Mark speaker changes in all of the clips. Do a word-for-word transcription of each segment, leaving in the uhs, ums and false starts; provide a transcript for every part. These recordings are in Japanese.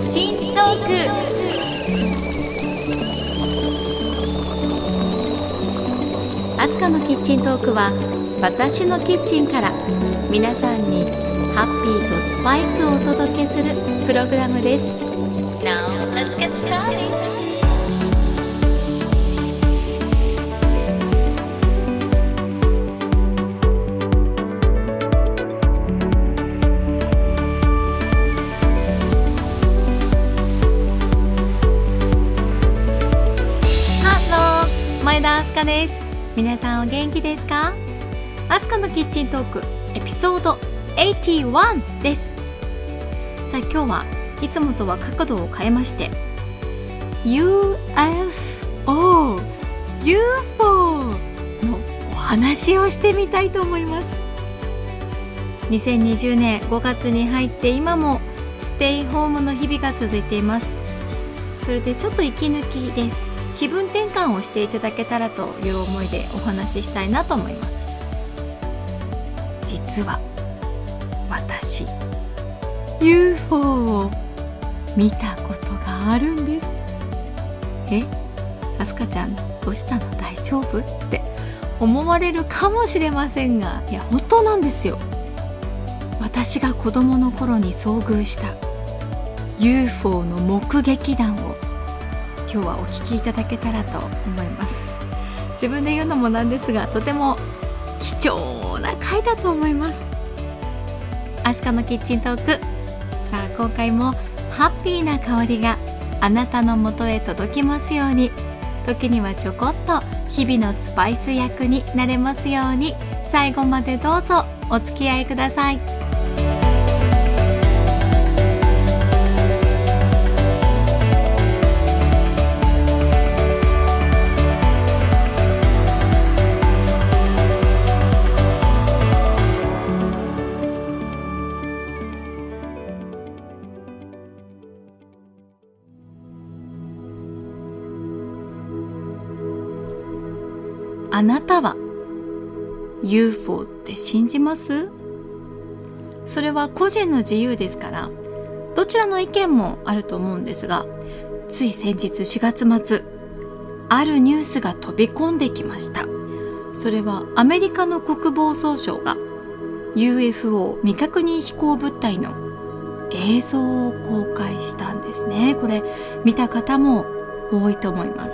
Speaker 1: ッチントーク。アスカのキッチントークは私のキッチンから皆さんにハッピーとスパイスをお届けするプログラムです。 Now let's get started. 前田明日香です。皆さんお元気ですか？明日香のキッチントークエピソードはちじゅういちです。さあ今日はいつもとは角度を変えまして ユーエフオー ユーフォー のお話をしてみたいと思います。にせんにじゅうねんごがつに入って今もステイホームの日々が続いています。それでちょっと息抜きです。気分転換をしていただけたらという思いでお話ししたいなと思います。実は私 ユーフォー を見たことがあるんです。え、あすかちゃんどうしたの？大丈夫？って思われるかもしれませんが、いや本当なんですよ。私が子供の頃に遭遇した ユーフォー の目撃談を今日はお聞きいただけたらと思います。自分で言うのもなんですが、とても貴重な回だと思います。アスカのキッチントーク、さあ今回もハッピーな香りがあなたの元へ届きますように、時にはちょこっと日々のスパイス役になれますように、最後までどうぞお付き合いください。あなたは ユーフォー って信じます？それは個人の自由ですから、どちらの意見もあると思うんですが、つい先日しがつまつ、あるニュースが飛び込んできました。それはアメリカの国防総省が ユーエフオー 未確認飛行物体の映像を公開したんですね。これ見た方も多いと思います。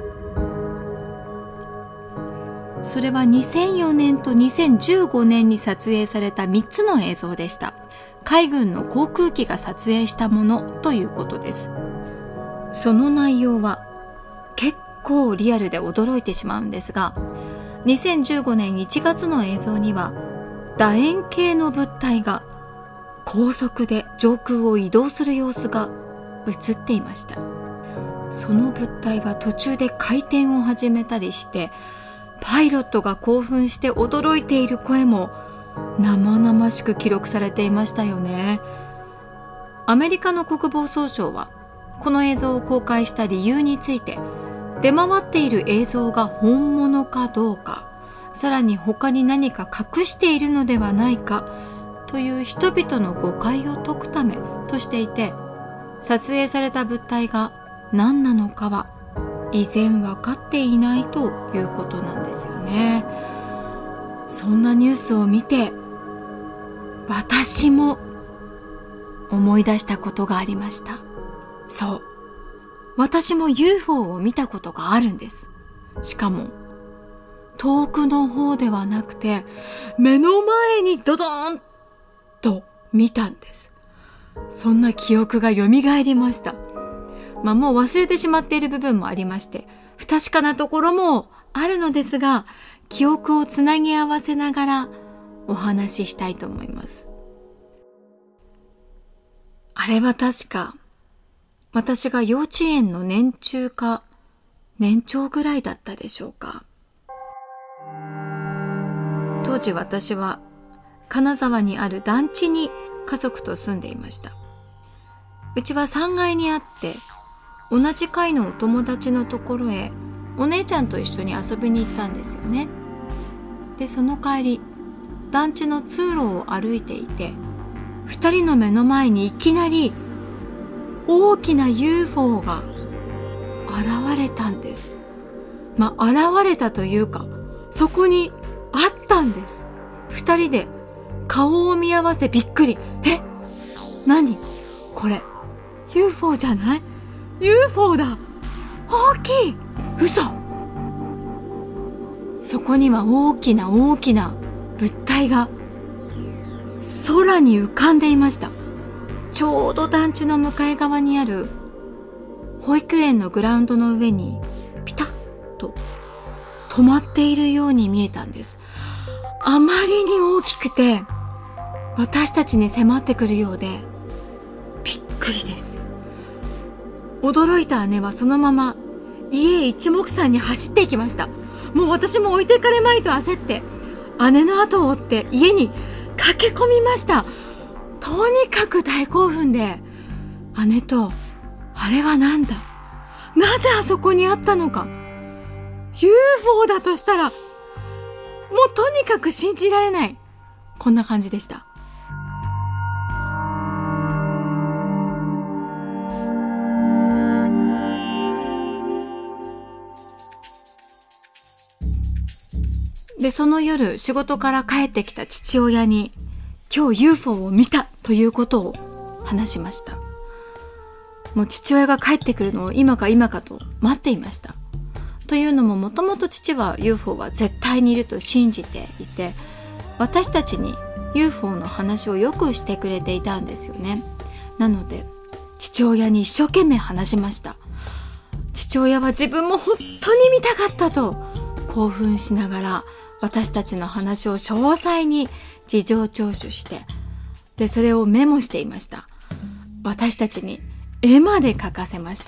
Speaker 1: それはにせんよねんとにせんじゅうごねんに撮影されたみっつの映像でした。海軍の航空機が撮影したものということです。その内容は結構リアルで驚いてしまうんですが、にせんじゅうごねんいちがつの映像には楕円形の物体が高速で上空を移動する様子が映っていました。その物体は途中で回転を始めたりして、パイロットが興奮して驚いている声も生々しく記録されていましたよね。アメリカの国防総省はこの映像を公開した理由について、出回っている映像が本物かどうか、さらに他に何か隠しているのではないかという人々の誤解を解くためとしていて、撮影された物体が何なのかは依然分かっていないということなんですよね。そんなニュースを見て、私も思い出したことがありました。そう、私も ユーフォー を見たことがあるんです。しかも遠くの方ではなくて、目の前にドドーンと見たんです。そんな記憶が蘇りました。まあ、もう忘れてしまっている部分もありまして、不確かなところもあるのですが、記憶をつなぎ合わせながらお話ししたいと思います。あれは確か私が幼稚園の年中か年長ぐらいだったでしょうか。当時私は金沢にある団地に家族と住んでいました。うちはさんがいにあって、同じ階のお友達のところへお姉ちゃんと一緒に遊びに行ったんですよね。で、その帰り、団地の通路を歩いていて、二人の目の前にいきなり大きな ユーフォー が現れたんです。まあ、現れたというか、そこにあったんです。二人で顔を見合わせびっくり。え、何これ ユーフォー じゃない？ ユーフォー だ。大きい。嘘。そこには大きな大きな物体が空に浮かんでいました。ちょうど団地の向かい側にある保育園のグラウンドの上にピタッと止まっているように見えたんです。あまりに大きくて私たちに迫ってくるようでびっくりです。驚いた姉はそのまま家へ一目散に走っていきました。もう私も置いてかれまいと焦って姉の後を追って家に駆け込みました。とにかく大興奮で姉と、あれはなんだ、なぜあそこにあったのか、 ユーフォー だとしたらもうとにかく信じられない、こんな感じでした。で、その夜仕事から帰ってきた父親に今日 ユーフォー を見たということを話しました。もう父親が帰ってくるのを今か今かと待っていました。というのも、もともと父は ユーフォー は絶対にいると信じていて、私たちに ユーフォー の話をよくしてくれていたんですよね。なので父親に一生懸命話しました。父親は自分も本当に見たかったと興奮しながら私たちの話を詳細に事情聴取して、でそれをメモしていました。私たちに絵まで描かせました。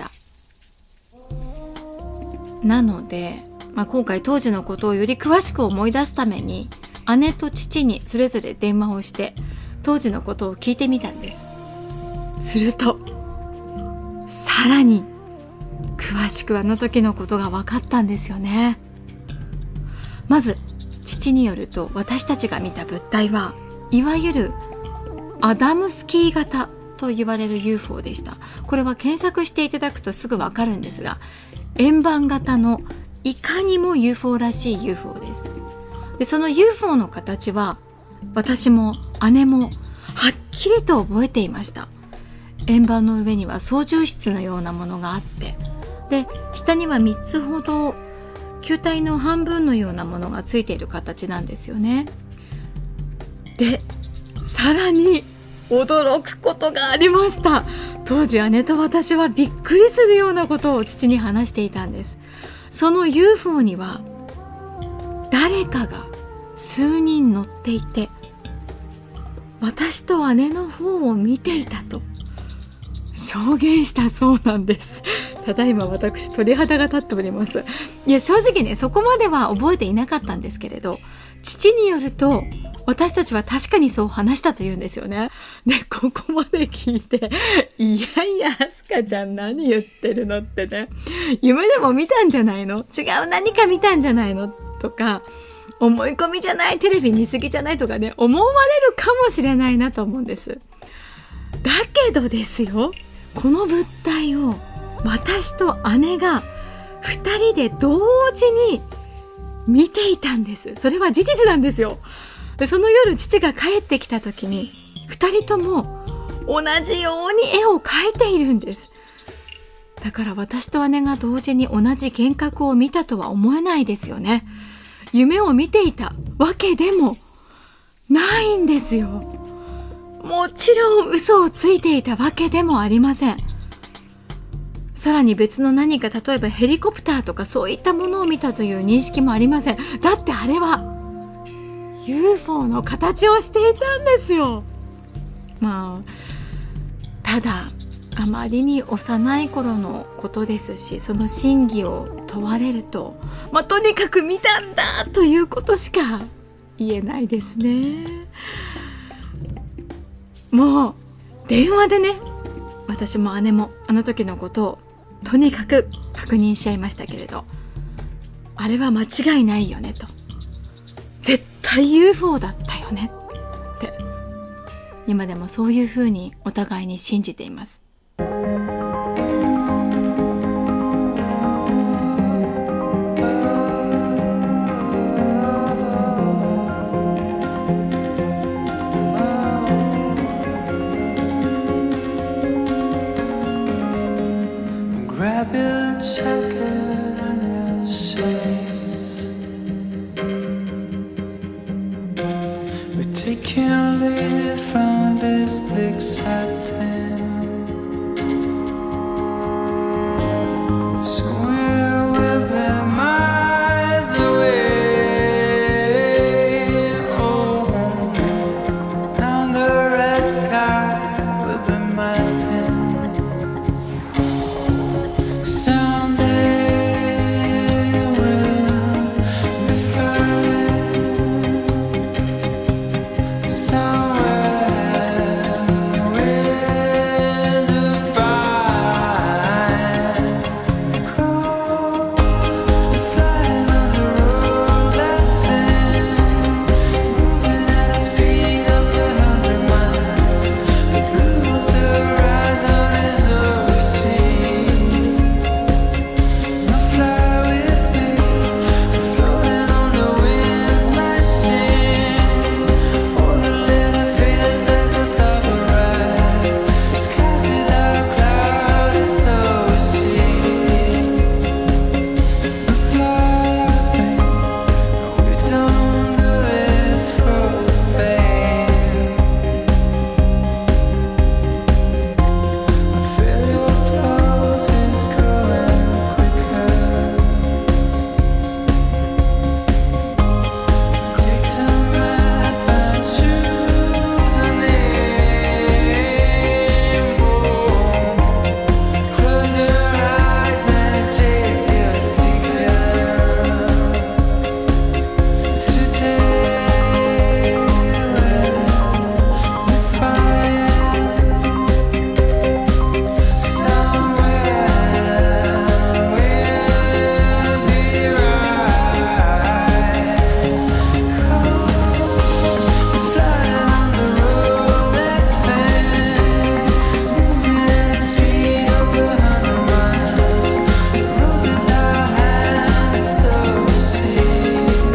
Speaker 1: なので、まあ、今回当時のことをより詳しく思い出すために姉と父にそれぞれ電話をして当時のことを聞いてみたんです。するとさらに詳しくあの時のことが分かったんですよね。まず父によると、私たちが見た物体はいわゆるアダムスキー型と言われる ユーフォー でした。これは検索していただくとすぐわかるんですが、円盤型のいかにも ユーフォー らしい ユーフォー です。でその ユーフォー の形は私も姉もはっきりと覚えていました。円盤の上には操縦室のようなものがあって、で下にはみっつほど球体の半分のようなものがついている形なんですよね。でさらに驚くことがありました。当時姉と私はびっくりするようなことを父に話していたんです。その ユーフォー には誰かが数人乗っていて、私と姉の方を見ていたと証言したそうなんです。ただいま私鳥肌が立っております。いや正直ね、そこまでは覚えていなかったんですけれど、父によると私たちは確かにそう話したというんですよね。でここまで聞いて、いやいやアスカちゃん何言ってるのってね、夢でも見たんじゃないの、違う何か見たんじゃないのとか、思い込みじゃない、テレビ見過ぎじゃないとかね、思われるかもしれないなと思うんです。だけどですよ、この物体を私と姉がふたりで同時に見ていたんです。それは事実なんですよ。でその夜父が帰ってきた時にふたりとも同じように絵を描いているんです。だから私と姉が同時に同じ幻覚を見たとは思えないですよね。夢を見ていたわけでもないんですよ。もちろん嘘をついていたわけでもありません。さらに別の何か、例えばヘリコプターとかそういったものを見たという認識もありません。だってあれは ユーフォー の形をしていたんですよ。まあただあまりに幼い頃のことですし、その真偽を問われると、まあ、とにかく見たんだということしか言えないですね。もう電話でね、私も姉もあの時のことをとにかく確認しちゃいましたけれど、あれは間違いないよねと、絶対 ユーフォー だったよねって、今でもそういうふうにお互いに信じています。
Speaker 2: We take and live from this big satin. Somewhere we'll be miles away. Oh, round the red sky we'll be melting. Someday we'll be fine. Somewhere we'll define. Crows flying on the road, laughing, moving at a speed of a hundred miles. The blue of the horizon is all we see. Now fly with me, floating on the wind, smashing all the little fears that can stop a ride. The skies without a cloud, it's all we see. Now fly with me, we don't do it for fame. I feel your pulse is growing quicker. Take time map and choose a name. Close your eyes and chase your ticket. Today we'll be fine. Somewhere we'll be right. Crows flying on the road, laughing, moving at a speed of a hundred miles. The roads without hand, it's so we see.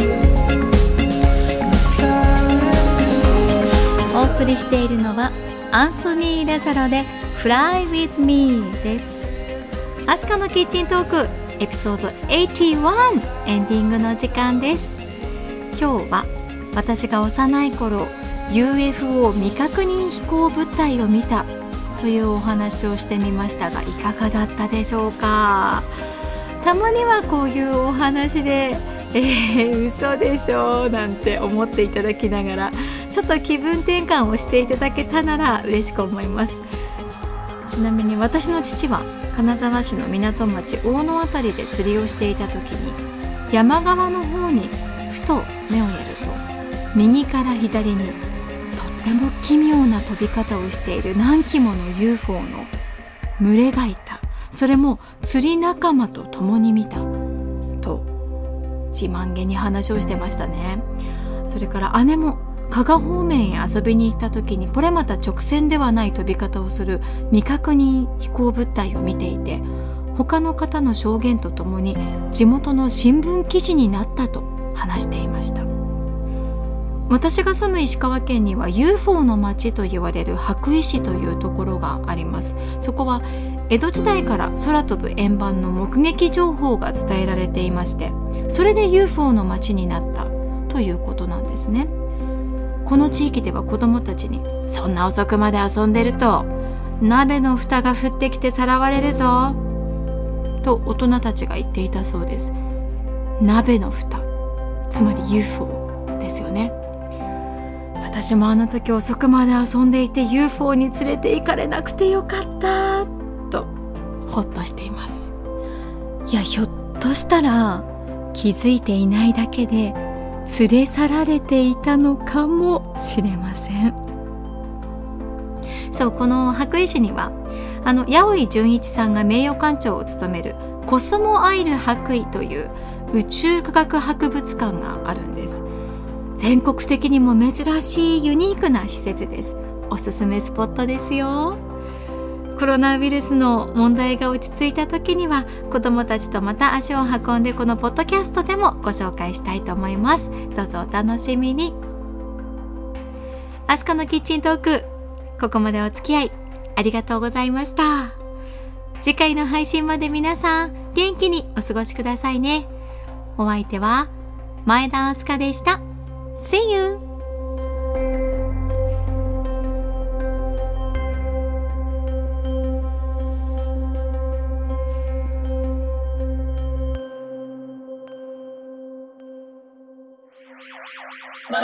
Speaker 2: Fly with me.
Speaker 1: お送りしているのはアンソニー・ラザロで Fly with me です。アスカのキッチントークエピソードはちじゅういちエンディングの時間です。今日は私が幼い頃 ユーエフオー 未確認飛行物体を見たというお話をしてみましたが、いかがだったでしょうか。たまにはこういうお話でえー、嘘でしょなんて思っていただきながら、ちょっと気分転換をしていただけたなら嬉しく思います。ちなみに私の父は金沢市の港町大野あたりで釣りをしていた時に、山側の方にふと目をやると、右から左にとっても奇妙な飛び方をしている何機もの ユーフォー の群れがいた。それも釣り仲間と共に見たと自慢げに話をしてましたね。それから姉も加賀方面へ遊びに行った時に、これまた直線ではない飛び方をする未確認飛行物体を見ていて、他の方の証言とともに地元の新聞記事になったと話していました。私が住む石川県には ユーフォー の町と言われる羽咋市というところがあります。そこは江戸時代から空飛ぶ円盤の目撃情報が伝えられていまして、それで ユーフォー の町になったということなんですね。この地域では子どもたちに、そんな遅くまで遊んでると鍋の蓋が降ってきてさらわれるぞと大人たちが言っていたそうです。鍋の蓋、つまり ユーフォー ですよね。私もあの時遅くまで遊んでいて ユーフォー に連れて行かれなくてよかったとほっとしています。いや、ひょっとしたら気づいていないだけで連れ去られていたのかもしれません。そう、この羽咋市にはあの八尾井純一さんが名誉館長を務めるコスモアイル羽咋という宇宙科学博物館があるんです。全国的にも珍しいユニークな施設です。おすすめスポットですよ。コロナウイルスの問題が落ち着いた時には子どもたちとまた足を運んで、このポッドキャストでもご紹介したいと思います。どうぞお楽しみに。アスカのキッチントーク、ここまでお付き合いありがとうございました。次回の配信まで皆さん元気にお過ごしくださいね。お相手は前田明日香でした。See you!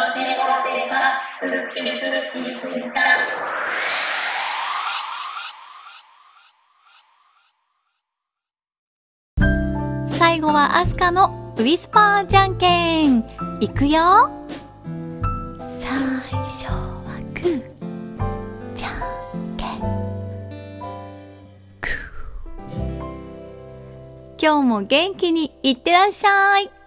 Speaker 3: 手は手はプチプチプリンだ。
Speaker 1: 最後はアスカのウィスパーじゃんけん。いくよ。最初はグー、じゃんけんグー。今日も元気にいってらっしゃい。